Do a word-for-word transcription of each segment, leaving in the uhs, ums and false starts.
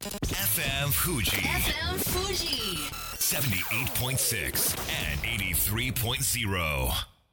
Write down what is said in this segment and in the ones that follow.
エフエム Fuji エフエム Fuji セブンティーエイトポイントシックス and エイティースリーポイントゼロ。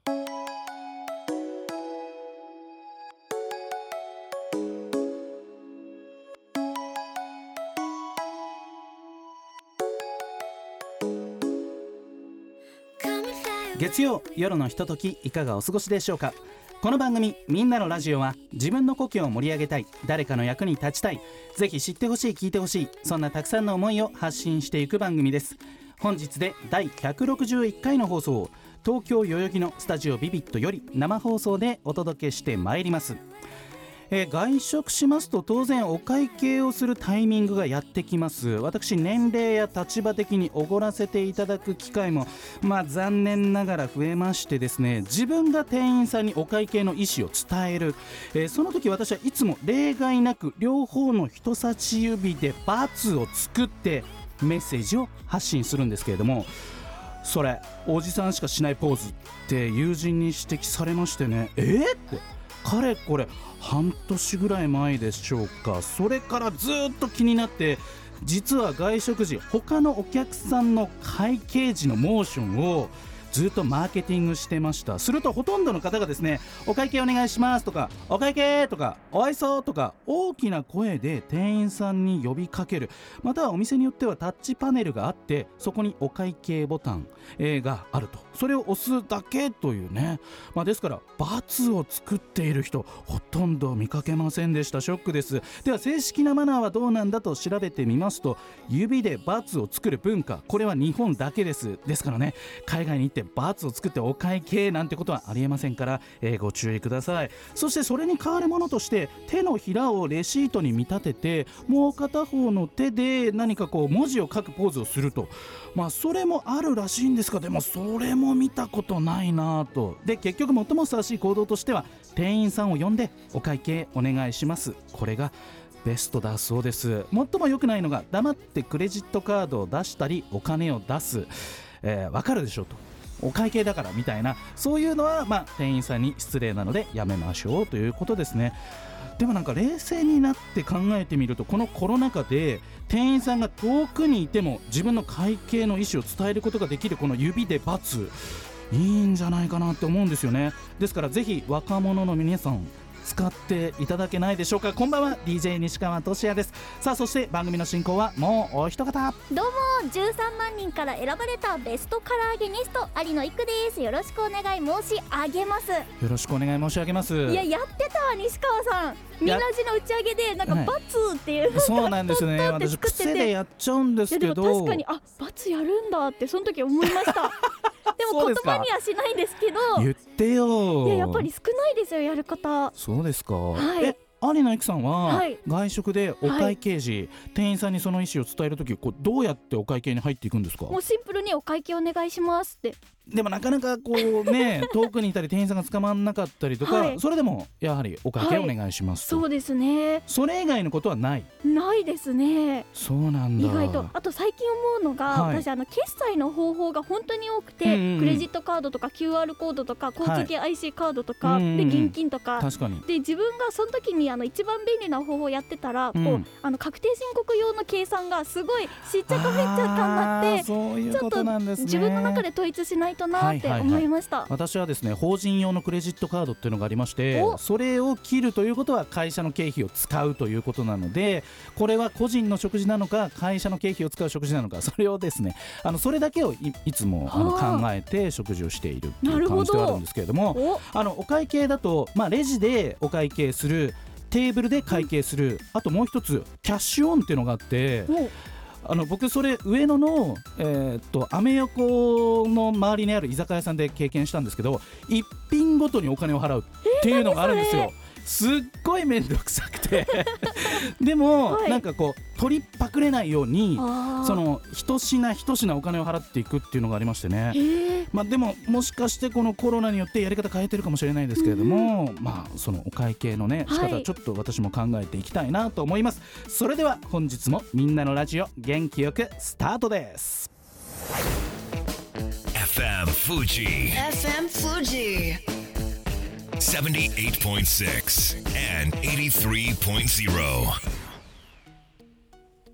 月曜夜のひとときいかがお過ごしでしょうか。この番組みんなのラジオは自分の故郷を盛り上げたい、誰かの役に立ちたい、ぜひ知ってほしい聞いてほしい、そんなたくさんの思いを発信していく番組です。本日でだいひゃくろくじゅういっかいの放送を東京代々木のスタジオビビットより生放送でお届けしてまいります。えー、外食しますと当然お会計をするタイミングがやってきます。私年齢や立場的におごらせていただく機会もまあ残念ながら増えましてですね、自分が店員さんにお会計の意思を伝える、えー、その時私はいつも例外なく両方の人差し指で×を作ってメッセージを発信するんですけれども、それおじさんしかしないポーズって友人に指摘されましてね、えー、ってかれこれ半年ぐらい前でしょうか。それからずっと気になって、実は外食時他のお客さんの会計時のモーションをずっとマーケティングしてました。するとほとんどの方がですね、お会計お願いしますとか、お会計とか、お愛想とか大きな声で店員さんに呼びかける。またはお店によってはタッチパネルがあって、そこにお会計ボタン、えー、があると、それを押すだけというね、まあ、ですから×を作っている人ほとんど見かけませんでした。ショックです。では正式なマナーはどうなんだと調べてみますと、指で×を作る文化、これは日本だけです。ですからね、海外に行ってバツを作ってお会計なんてことはありえませんから、えー、ご注意ください。そしてそれに代わるものとして手のひらをレシートに見立てて、もう片方の手で何かこう文字を書くポーズをすると、まあそれもあるらしいんですが、でもそれも見たことないなと。で結局最もふさわしい行動としては店員さんを呼んでお会計お願いします、これがベストだそうです。最も良くないのが黙ってクレジットカードを出したりお金を出す、えー、わかるでしょうと、お会計だからみたいな、そういうのはまあ店員さんに失礼なのでやめましょうということですね。でもなんか冷静になって考えてみると、このコロナ禍で店員さんが遠くにいても自分の会計の意思を伝えることができるこの指で×、いいんじゃないかなって思うんですよね。ですからぜひ若者の皆さん使っていただけないでしょうか。こんばんは、 ディージェー 西川俊也です。さあそして番組の進行はもうお一方、 どうもじゅうさんまんにんから選ばれたベストカラーゲニスト有野いくです。よろしくお願い申し上げます。 よろしくお願い申し上げます。 いややってた西川さん、みんなじの打ち上げでなんかバツっていう、 はい、そうなんですよね。私癖でやっちゃうんですけど、 いやでも確かにあバツやるんだってその時思いましたでも言葉にはしないんですけど、 言ってよ。 いややっぱり少ないですよ、やる方。 そうですか、 はい、 え有野いくさんは、 はい、 外食でお会計時、はい、店員さんにその意思を伝えるとき、こうどうやってお会計に入っていくんですか？ もうシンプルにお会計お願いしますって。 でもなかなかこうね遠くにいたり店員さんが捕まらなかったりとか、はい、それでもやはりお会計お願いしますと、 はい、そうですね。 それ以外のことはないないですね。 そうなんだ。 意外と。あと最近思うのが、はい、私あの決済の方法が本当に多くて、うんうん、クレジットカードとか キューアール コードとか交通系 アイシー カードとか、はい、で現金とか、 確かに。 で自分がその時にあの一番便利な方法をやってたら、うん、こうあの確定申告用の計算がすごいしっちゃかめっちゃかになって、 そういうことなんですね。 ちょっと自分の中で統一しないとなって思いました、はいはいはい。 私はですね、法人用のクレジットカードっていうのがありまして、それを切るということは会社の経費を使うということなので、これは個人の食事なのか会社の経費を使う食事なのか、それをですね、あのそれだけを い, いつもあの考えて食事をしているっていう感じではあるんですけれども、おあのお会計だと、まあ、レジでお会計する、テーブルで会計する、うん、あともう一つキャッシュオンっていうのがあって、あの僕それ上野の、えー、っとアメ横の周りにある居酒屋さんで経験したんですけど、一品ごとにお金を払うっていうのがあるんですよ。すっごい面倒くさくてでも、はい、なんかこう取りパクれないようにその一品一品お金を払っていくっていうのがありましてね、まあ、でももしかしてこのコロナによってやり方変えてるかもしれないですけれども、うん、まあそのお会計のね仕方、はい、ちょっと私も考えていきたいなと思います。それでは本日もみんなのラジオ元気よくスタートです。 エフエム Fuji エフエム Fuji セブンティーエイトポイントシックス and エイティースリーポイントゼロ。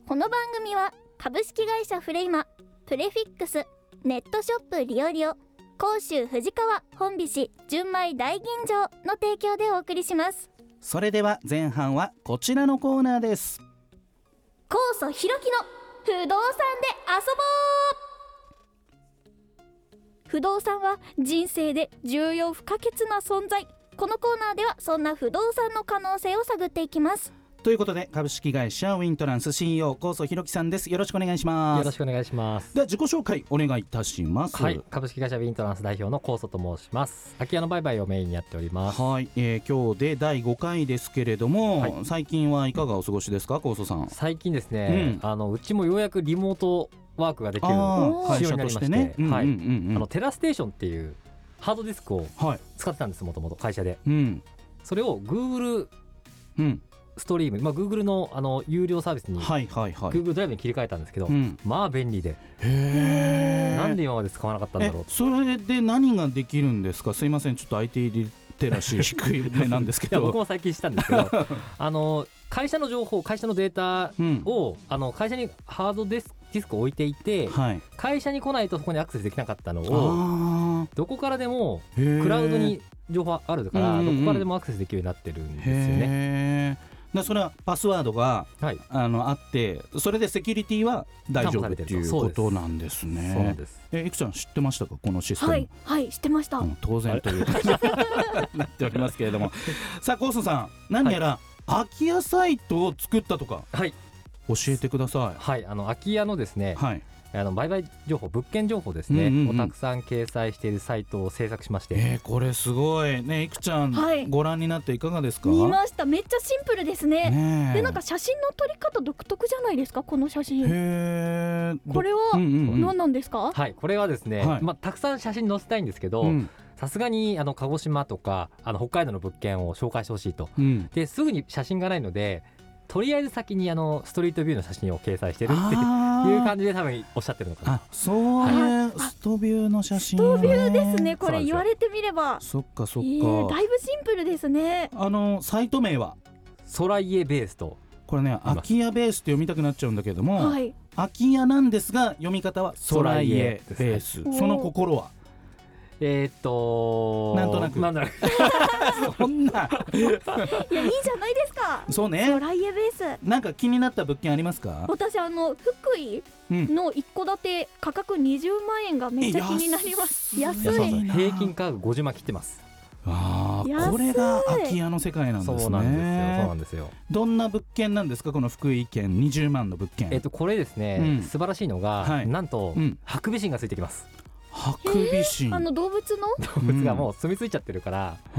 この番組は株式会社フレイマ、プレフィックス、ネットショップリオリオ、甲州藤川本菱純米大吟醸の提供でお送りします。 それでは前半はこちらのコーナーです。 高祖ひろきの不動産で遊ぼう。不動産は人生で重要不可欠な存在。このコーナーではそんな不動産の可能性を探っていきます。 ということで株式会社ウィントランス シーイーオー 高祖ひろきさんです。よろしくお願いします。 よろしくお願いします。 では自己紹介お願いいたします。 はい、株式会社ウィントランス代表の高祖と申します。空き家の売買をメインにやっております。 はい、えー、今日でだいごかいですけれども、はい、最近はいかがお過ごしですか、高祖さん。 最近ですね、うん、あのうちもようやくリモートワークができる会社としてね、 はい、あのテラステーションっていうハードディスクを使ってたんです、もともと会社で、うん、それを Google、うんストリーム、まあ、Google の, あの有料サービスに、はいはいはい、Google ドライブに切り替えたんですけど、うん、まあ便利で、へー、なんで今まで使わなかったんだろう。 それで何ができるんですか。すいません、ちょっと アイティー リテラシー低い目なんですけどいや僕も最近したんですけどあの会社の情報、会社のデータを、うん、あの会社にハードディスク、ディスクを置いていて、はい、会社に来ないとそこにアクセスできなかったのをどこからでもクラウドに情報あるから、どこからでもアクセスできるようになってるんですよね。 でそれはパスワードが、はい、あのあってそれでセキュリティは大丈夫っていうことなんですね。そうなんです。えいくちゃん知ってましたか、このシステム。 はいはい知ってました、うん、 当然という感じになっておりますけれどもさあ高祖さん、何やら、はい、空き家サイトを作ったとか、はい、教えてください。 はい、あの空き家のですね、はい、あの売買情報、物件情報ですね、うんうんうん、をたくさん掲載しているサイトを制作しまして、 えー、これすごいね。いくちゃん、はい、ご覧になっていかがですか。 見ました。めっちゃシンプルです ね, ねでなんか写真の撮り方独特じゃないですか、この写真。へー、これは何なんですか。うんうんうん、 はい、これはですね、はい、まあ、たくさん写真載せたいんですけど、さすがにあの鹿児島とかあの北海道の物件を紹介してほしいと、うん、ですぐに写真がないのでとりあえず先にあのストリートビューの写真を掲載してるっていう感じで多分おっしゃってるのかな。 あ、そういうストビューの写真、 ね、ストビューですね。これ言われてみれば。 そっかそっか、えー、だいぶシンプルですね。 あのサイト名はソライエベースと、 これね空き家ベースって読みたくなっちゃうんだけども、はい、空き家なんですが読み方はソライエベース。その心はえー、っとなんとなくなんとなくそんないやいいじゃないですか。 そうね、 ソライエベース。 なんか気になった物件ありますか。 私あの福井の一戸建て価格にじゅうまんえんがめっちゃ気になります。安い。 そうそう、平均価格ごじゅうまん切ってます。 あー、これが空き家の世界なんですね。 そうなんですよ、そうなんですよ。 どんな物件なんですか、この福井県にじゅうまんの物件。 えっとこれですね、うん、素晴らしいのが、はい、なんと、うん、ハクビシンがついてきます。 ハクビシン、 あの動物の動物がもう住み着いちゃってるから、うん、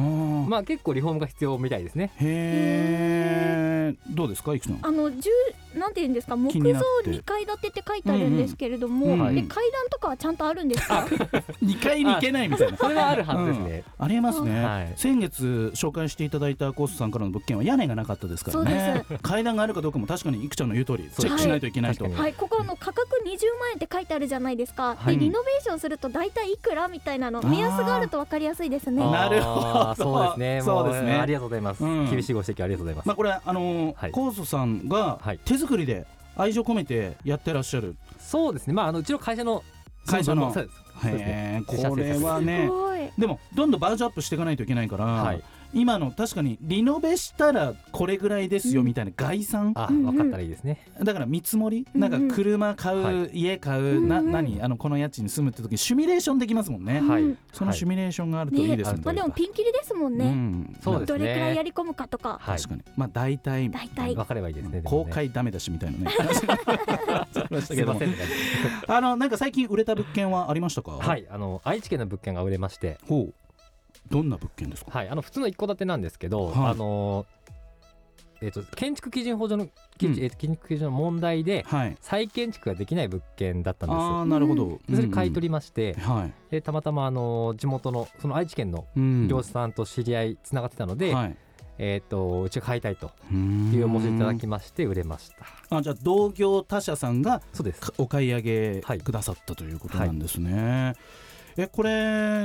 まあ結構リフォームが必要みたいですね。 へー、どうですか、いくつの。 あのなんていうんですか、木造にかい建てって書いてあるんですけれども、うんうん、で階段とかはちゃんとあるんですか。 にかいに行けないみたいな。 それはあるはずですね、 うん、ありますね、はい、先月紹介していただいたコースさんからの物件は屋根がなかったですからね。階段があるかどうかも確かにいくちゃんの言う通りチェックしないといけないと、はいはい、ここの価格にじゅうまんえんって書いてあるじゃないですか、はい、でリノベーションすると大体いくらみたいなの目安があると分かりやすいですね。 なるほど、 そうですね、そうですね、ありがとうございます、うん、厳しいご指摘ありがとうございます。 まあ、これあのーはい、コースさんが手作りで愛情込めてやってらっしゃる。 そうですね、まあ、あのうちの会社の会社のそうです、そうですね、 これはね、でもどんどんバージョンアップしていかないといけないから、はい、今の確かにリノベしたらこれぐらいですよみたいな概算、 あ、分かったらいいですね。 だから見積もり、なんか車買う、はい、家買う、な何あのこの家賃に住むって時にシミュレーションできますもんね、はい、そのシミュレーションがあるといいですね、 ね、まあ、でもピンキリですもんね、うん、 そうですね、 どれくらいやり込むかとか、 はい、確かに、まあ、大体大体分かればいいですね。 公開ダメだしみたいなねすいませんあのなんか最近売れた物件はありましたか。 はい、あの愛知県の物件が売れまして。 ほう、どんな物件ですか。 はい、あの普通の一戸建てなんですけど、はい、あのえー、と建築基準法上の、うん、建築基準の問題で、はい、再建築ができない物件だったんです。 あ、なるほど。 それ買い取りまして、 うんうん、 でたまたまあの地元のその愛知県の業者さんと知り合いつながってたので、うん、はい、えー、とうちが買いたいというお申し出いただきまして売れました。 あ、じゃあ同業他社さんがそうですお買い上げくださったということなんですね、はい、えこれ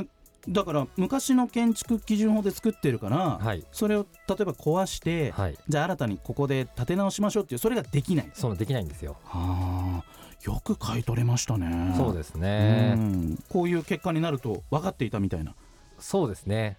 だから昔の建築基準法で作ってるから、はい、それを例えば壊して、はい、じゃあ新たにここで建て直しましょうっていうそれができない。 そうできないんですよ。 はあ、よく買い取れましたね。 そうですね。 うんこういう結果になると分かっていたみたいな。 そうですね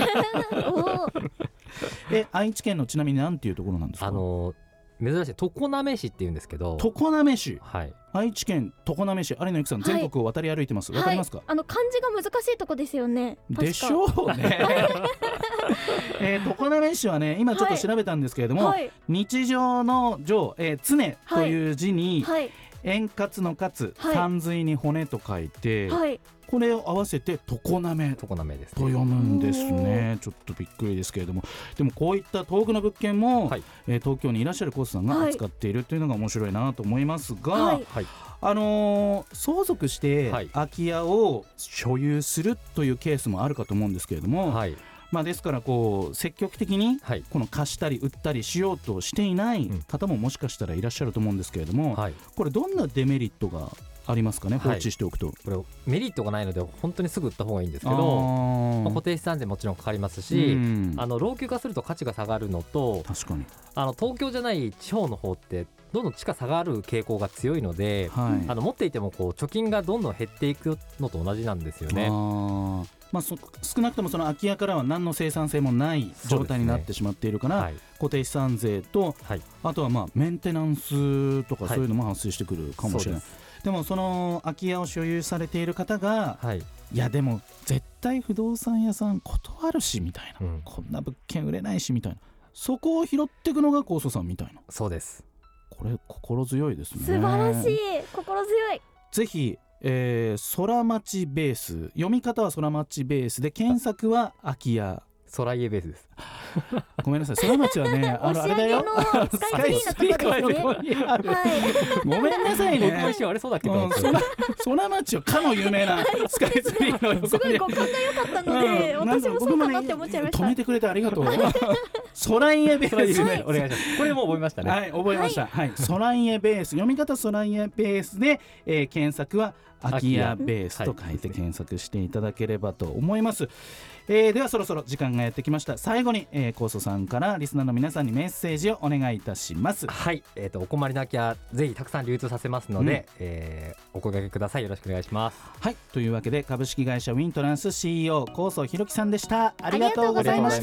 え愛知県のちなみに何ていうところなんですか？ あの珍しい常滑市っていうんですけど。 常滑市、 はい、 愛知県常滑市、有野由紀さん、はい、全国を渡り歩いてます。わかりますか？ あの漢字が難しいとこですよね。 でしょうね、えー、常滑市はね今ちょっと調べたんですけれども、はい、日常の常、えー、常という字に、はいはい、円滑の滑、山水に骨と書いて、はい、これを合わせて常滑と読むんですね。ちょっとびっくりですけれども、でもこういった遠くの物件も、はいえー、東京にいらっしゃるコースさんが扱っているというのが面白いなと思いますが、はいはい、あのー、相続して空き家を所有するというケースもあるかと思うんですけれども、はいまあ、ですからこう積極的にこの貸したり売ったりしようとしていない方ももしかしたらいらっしゃると思うんですけれども、はい、これどんなデメリットがありますかね、放置しておくと。 これメリットがないので本当にすぐ売った方がいいんですけど、まあ、固定資産税もちろんかかりますし、あの老朽化すると価値が下がるのと、 確かにあの東京じゃない地方の方ってどんどん地価下がる傾向が強いので、はい、あの持っていてもこう貯金がどんどん減っていくのと同じなんですよね。 あまあ、そ少なくともその空き家からは何の生産性もない状態になってしまっているから、ねはい、固定資産税と、はい、あとはまあメンテナンスとかそういうのも発生してくるかもしれない、はい、で, でもその空き家を所有されている方が、はい、いやでも絶対不動産屋さん断るしみたいな、うん、こんな物件売れないしみたいな、そこを拾っていくのが高祖さんみたいな。 そうです。 これ心強いですね。 素晴らしい、心強い。 ぜひえー、空町ベース、読み方は空町ベースで検索は空き家。 空家ベースです。 ごめんなさい、空町はねあのあれだよ、 スカイツリーのところですね。はい、 ごめんなさいね。 僕も一瞬あれそうだっけど、うん、 空, 空町はかの有名なスカイツリーの横にすごい五感が良かったので、うん、私もそうかなって思っちゃいました。 止めてくれてありがとう。空家ベースね、お願いします。これも覚えましたね。 はい、覚えました。はい、空家ベース、読み方空家ベースで、えー、検索は空き家ベースと書いて検索していただければと思います、えー、ではそろそろ時間がやってきました。最後に、えー、高祖さんからリスナーの皆さんにメッセージをお願いいたします。 はい、えー、とお困りなきゃぜひたくさん流通させますので、うんえー、お声掛けください。よろしくお願いします。 はい、というわけで株式会社ウィントランス シーイーオー 高祖弘樹さんでした。ありがとうございました。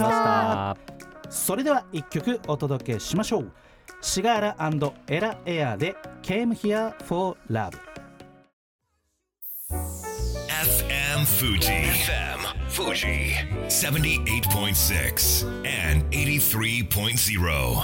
それでは一曲お届けしましょう。シガーラ&エラエアで Came Here for Love。 エフエム Fuji エフエム Fuji セブンティーエイトポイントシックス and エイティスリーポイントゼロ。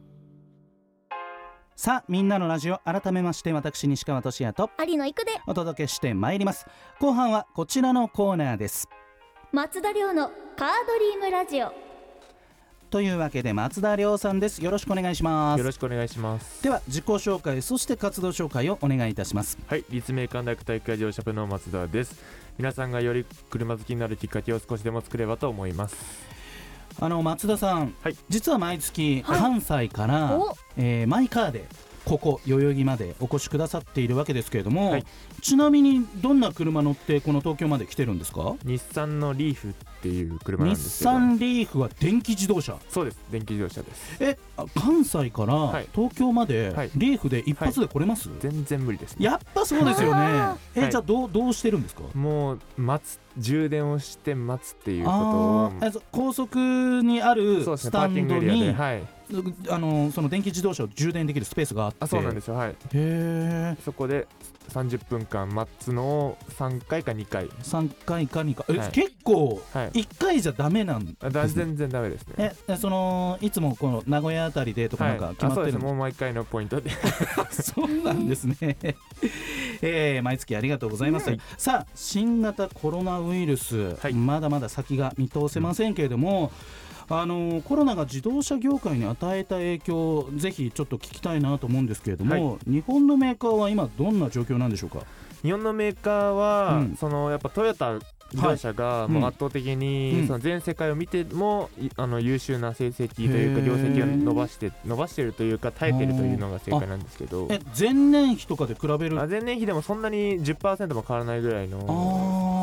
さあみんなのラジオ、改めまして私西川俊也と有野育でお届けしてまいります。後半はこちらのコーナーです。 松田亮のカードリームラジオというわけで松田亮さんです。よろしくお願いします。 よろしくお願いします。 では自己紹介、そして活動紹介をお願いいたします。 はい、立命館大学体育会乗車部の松田です。皆さんがより車好きになるきっかけを少しでも作ればと思います。 あの松田さん、はい、実は毎月関西から、 はいえー、マイカーでここ代々木までお越しくださっているわけですけれども、はい、ちなみにどんな車乗ってこの東京まで来てるんですか？ 日産のリーフっていう車なんですけど。 日産リーフは電気自動車？ そうです、電気自動車です。 え、関西から東京までリーフで一発で来れます？ はいはい、全然無理ですね。 やっぱそうですよね。え、はい、じゃあどう、どうしてるんですか？ もう待つ、充電をして待つっていうことを。 あ、高速にあるスタンドに、 ね、はい、 あのその電気自動車を充電できるスペースがあって。 あ、そうなんですよ。はい、へそこでさんじゅっぷんかん待つのをさんかいかにかいさんかいかにかい、え、はい、結構いっかいじゃダメなんですね。 だ全然ダメですね。 え、そのいつもこの名古屋あたりでとかなんか決まってるんですか？はい、あ、そうです。 もう毎回のポイントでそうなんですね、えー、毎月ありがとうございます、はい、さあ新型コロナウイルス、はい、まだまだ先が見通せませんけれども、うん、あのコロナが自動車業界に与えた影響、ぜひちょっと聞きたいなと思うんですけれども、はい、日本のメーカーは今どんな状況なんでしょうか？ 日本のメーカーは、うん、そのやっぱトヨタ自動車がもう圧倒的にその全世界を見てもあの優秀な成績というか業績を伸ばして伸ばしているというか耐えているというのが正解なんですけど、 え前年比とかで比べる？ あ前年比でもそんなに じゅっパーセント も変わらないぐらいの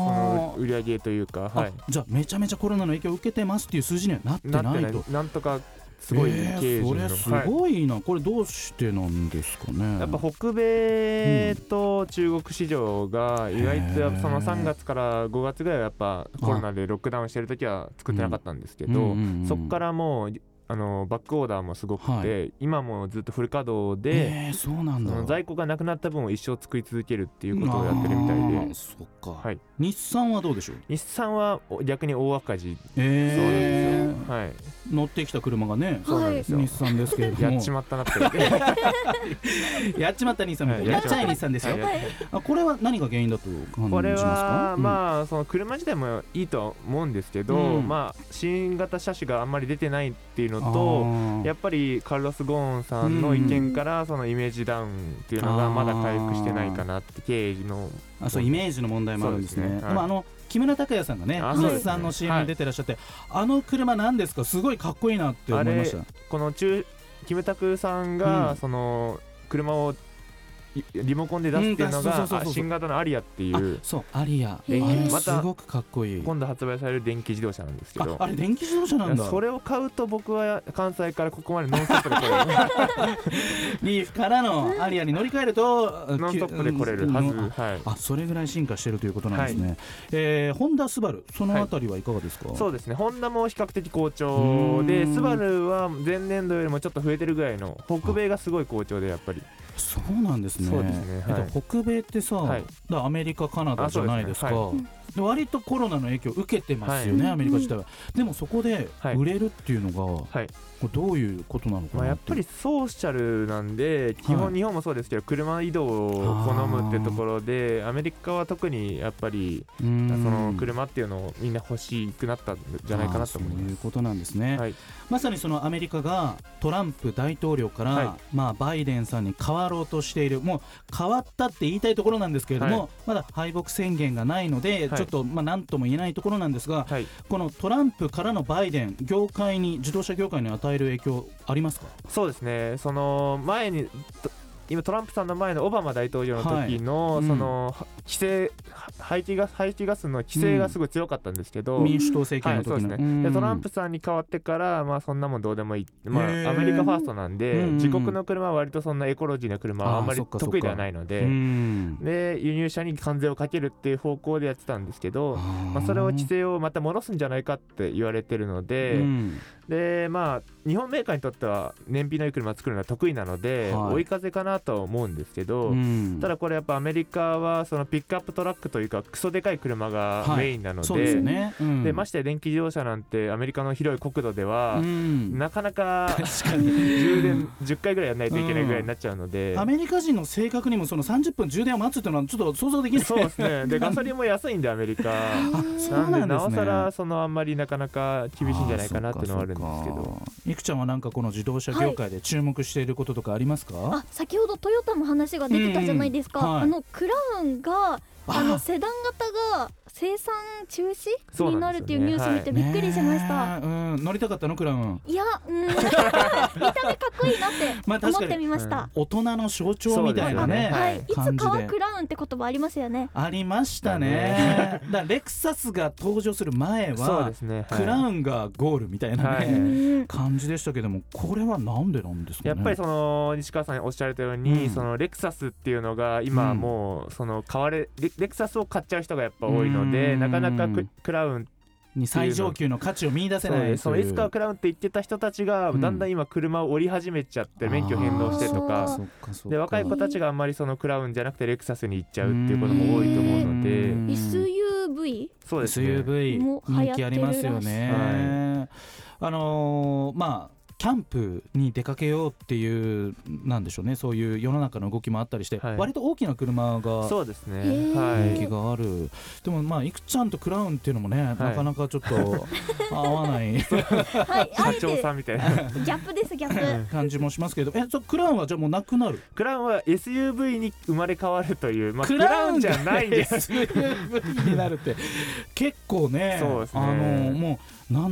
の売り上げというか、はい、 じゃあめちゃめちゃコロナの影響を受けてますっていう数字にはなってないと。なってない。 なんとかすごい経営陣の、 えー、それすごいな、はい、これどうしてなんですかね。 やっぱ北米と中国市場が意外とそのさんがつからごがつぐらいはやっぱコロナでロックダウンしてる時は作ってなかったんですけど、うんうんうんうん、そこからもうあのバックオーダーもすごくて、はい、今もずっとフル稼働で、 えー、そうなんだ。 在庫がなくなった分を一生作り続けるっていうことをやってるみたいで。 そっか、 はい、 日産はどうでしょう。 日産は逆に大赤字、 えー、 そうなんですよ、はい、 乗ってきた車がね、 そうなんですよ、 日産ですけれどもやっちまったなってやっちまった日産みたいな、 はい、 やっちゃい日産ですよ、はい、あこれは何が原因だと感じますか。 これは、うん、まあその車自体もいいとは思うんですけど、うん、まあ新型車種があんまり出てないっていうのと、やっぱりカルロス・ゴーンさんの意見からそのイメージダウンっていうのがまだ回復してないかなって、経営のあそうイメージの問題もあるんですね。そうですね、はい、でもあの木村拓哉さんがね日産の シーエム に出てらっしゃって、はい、あの車なんですか、すごいかっこいいなって思いました。 この中キムタクさんがその車をリモコンで出すっていうのが新型のアリアっていう、 そうアリア、またすごくかっこいい。 今度発売される電気自動車なんですけど、 あ, あれ電気自動車なんだ。 それを買うと僕は関西からここまでノンストップで来れるリーフからのアリアに乗り換えるとノンストップで来れるはず、うん、はい、 あそれぐらい進化してるということなんですね、はい、えー、ホンダスバルそのあたりはいかがですか。 はい、そうですね、ホンダも比較的好調で、スバルは前年度よりもちょっと増えてるぐらいの、北米がすごい好調でやっぱり。 そうなんですね。 そうですね、はい、 北米ってさ、はい、だアメリカカナダじゃないですか。で、はい、割とコロナの影響を受けてますよね、はい、アメリカ自体は、うん、でもそこで売れるっていうのが、はい、これどういうことなのかなって、 まあ、やっぱりソーシャルなんで基本、はい、日本もそうですけど車移動を好むってところで、アメリカは特にやっぱりその車っていうのをみんな欲しくなったんじゃないかなと思います。 そういうことなんですね、はい、まさにそのアメリカがトランプ大統領から、はい、まあ、バイデンさんに変わろうとしている、もう変わったって言いたいところなんですけれども、はい、まだ敗北宣言がないので、はい、ちょっとまあ何とも言えないところなんですが、はい、このトランプからのバイデン、業界に自動車業界に与える影響ありますか。 そうですね、その前に今トランプさんの前のオバマ大統領の時の、はい、その、うん、規制排気ガス排気ガスの規制がすごい強かったんですけど、 うん、民主党政権の時の、はい、そうですね、 でトランプさんに変わってから、まあ、そんなもんどうでもいい、まあ、アメリカファーストなんで、うん、自国の車は割とそんなエコロジーな車はあんまり得意ではないので、で輸入車に関税をかけるっていう方向でやってたんですけど、まあ、それを規制をまた戻すんじゃないかって言われてるので、うん、でまあ日本メーカーにとっては燃費のいい車を作るのは得意なので、はい、追い風かなとは思うんですけど、うん、ただこれやっぱアメリカはそのピックアップトラックというかクソでかい車がメインなので、はい、そうですね、うん、でましてや電気自動車なんてアメリカの広い国土では、うん、なかなか充電じゅっかいぐらいやらないといけないぐらいになっちゃうので、うん、 アメリカ人の性格にもそのさんじゅっぷん充電を待つっていうのはちょっと想像できない。 そうですね、でガソリンも安いんでアメリカなんでなおさらそのあんまりなかなか厳しいんじゃないかなっていうのはあるんですけど、 いくちゃんはなんかこの自動車業界で注目していることとかありますか。 はい、あ先ほどトヨタの話が出てたじゃないですか、うん、はい、あのクラウンがあのセダン型が生産中止になるっていうニュース見てびっくりしました、 はい、うん、乗りたかったのクラウン。 いや、うん、見た目かっこいいなって思ってみました、まあ、 大人の象徴みたいなね、 はい、いつかはクラウンって言葉ありますよね。 ありましたねだからレクサスが登場する前は、ね、はい、クラウンがゴールみたいな、ね、はい、感じでしたけども、これはなんでなんですかね。 やっぱりその西川さんおっしゃられたように、うん、そのレクサスっていうのが今もうその買われ、レ, レクサスを買っちゃう人がやっぱ多いので、なかなかク, クラウンに最上級の価値を見出せない。 その S カークラウンって言ってた人たちがだんだん今車を降り始めちゃって免許返納してとかで、若い子たちがあんまりそのクラウンじゃなくてレクサスに行っちゃうっていうことも多いと思うので、 エスユーブイそうですね、 エスユーブイ 人気ありますよね、はい、あのー、まあキャンプに出かけようっていうなんでしょうね、そういう世の中の動きもあったりして、はい、割と大きな車がそうですね、 人気がある。でもまあいくちゃんとクラウンっていうのもね、はい、なかなかちょっと合わない社長さんみたいなギャップですギャップ感じもしますけど、えそクラウンはじゃあもうなくなる。 クラウンは エスユーブイ に生まれ変わるという、まあ、クラウンじゃないんです エスユーブイ になるって結構ね、そうですね、あのもうなんだろう、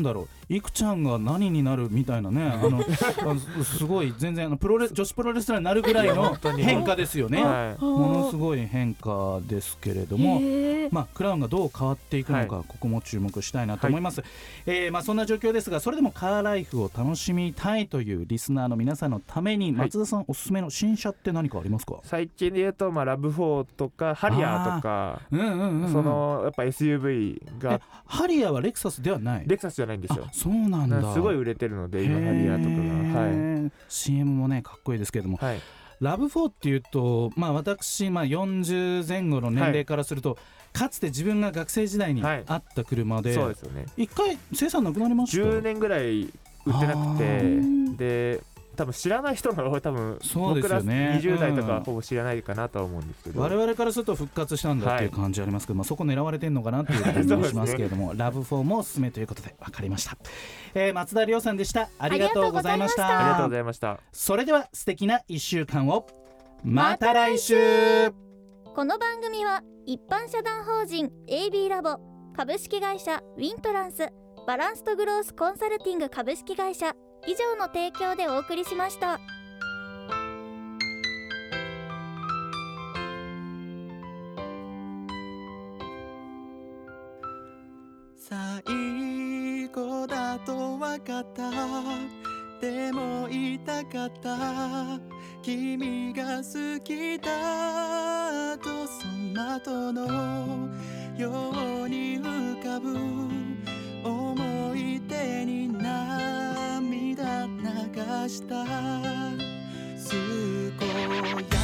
いくちゃんが何になるみたいなねあのすごい全然あのプロレ女子プロレスラーになるぐらいの変化ですよね、はい、ものすごい変化ですけれども、まあ、クラウンがどう変わっていくのか、はい、ここも注目したいなと思います、はい、えーまあ、そんな状況ですがそれでもカーライフを楽しみたいというリスナーの皆さんのために松田さんおすすめの新車って何かありますか？ 最近で言うと、まあ、ラブフォーとかハリアーとか、うんうんうんうん、そのやっぱ エスユーブイ がハリアーはレクサスではない？ レクサスじゃないんですよ。 そうなんだ。 すごい売れてるので今ハリアーとかが、はい、 シーエム もねかっこいいですけれども、はい、ラブフォーっていうと、まあ、私、まあ、よんじゅうぜん後の年齢からすると、はい、かつて自分が学生時代にあった車で、はい、そうですよね、一回生産なくなりました。 じゅうねんぐらい売ってなくて、で多分知らない人の多分僕らにじゅう代とかほぼ知らないかなとは思うんですけど、 うん、我々からすると復活したんだっていう感じありますけど、はい、まあ、そこ狙われてんのかなっていう感じもしますけれども、ね、ラブフォーもおすすめということで分かりました、えー、松田亮さんでした。ありがとうございました。 ありがとうございました。 それでは素敵ないっしゅうかんを。また来週。 この番組は一般社団法人 エービー ラボ株式会社ウィントランスバランスとグロースコンサルティング株式会社以上の提供でお送りしました。 最後だと分かった。でも言いたかった。君が好きだとその後のように浮かぶ思い出に涙流した健や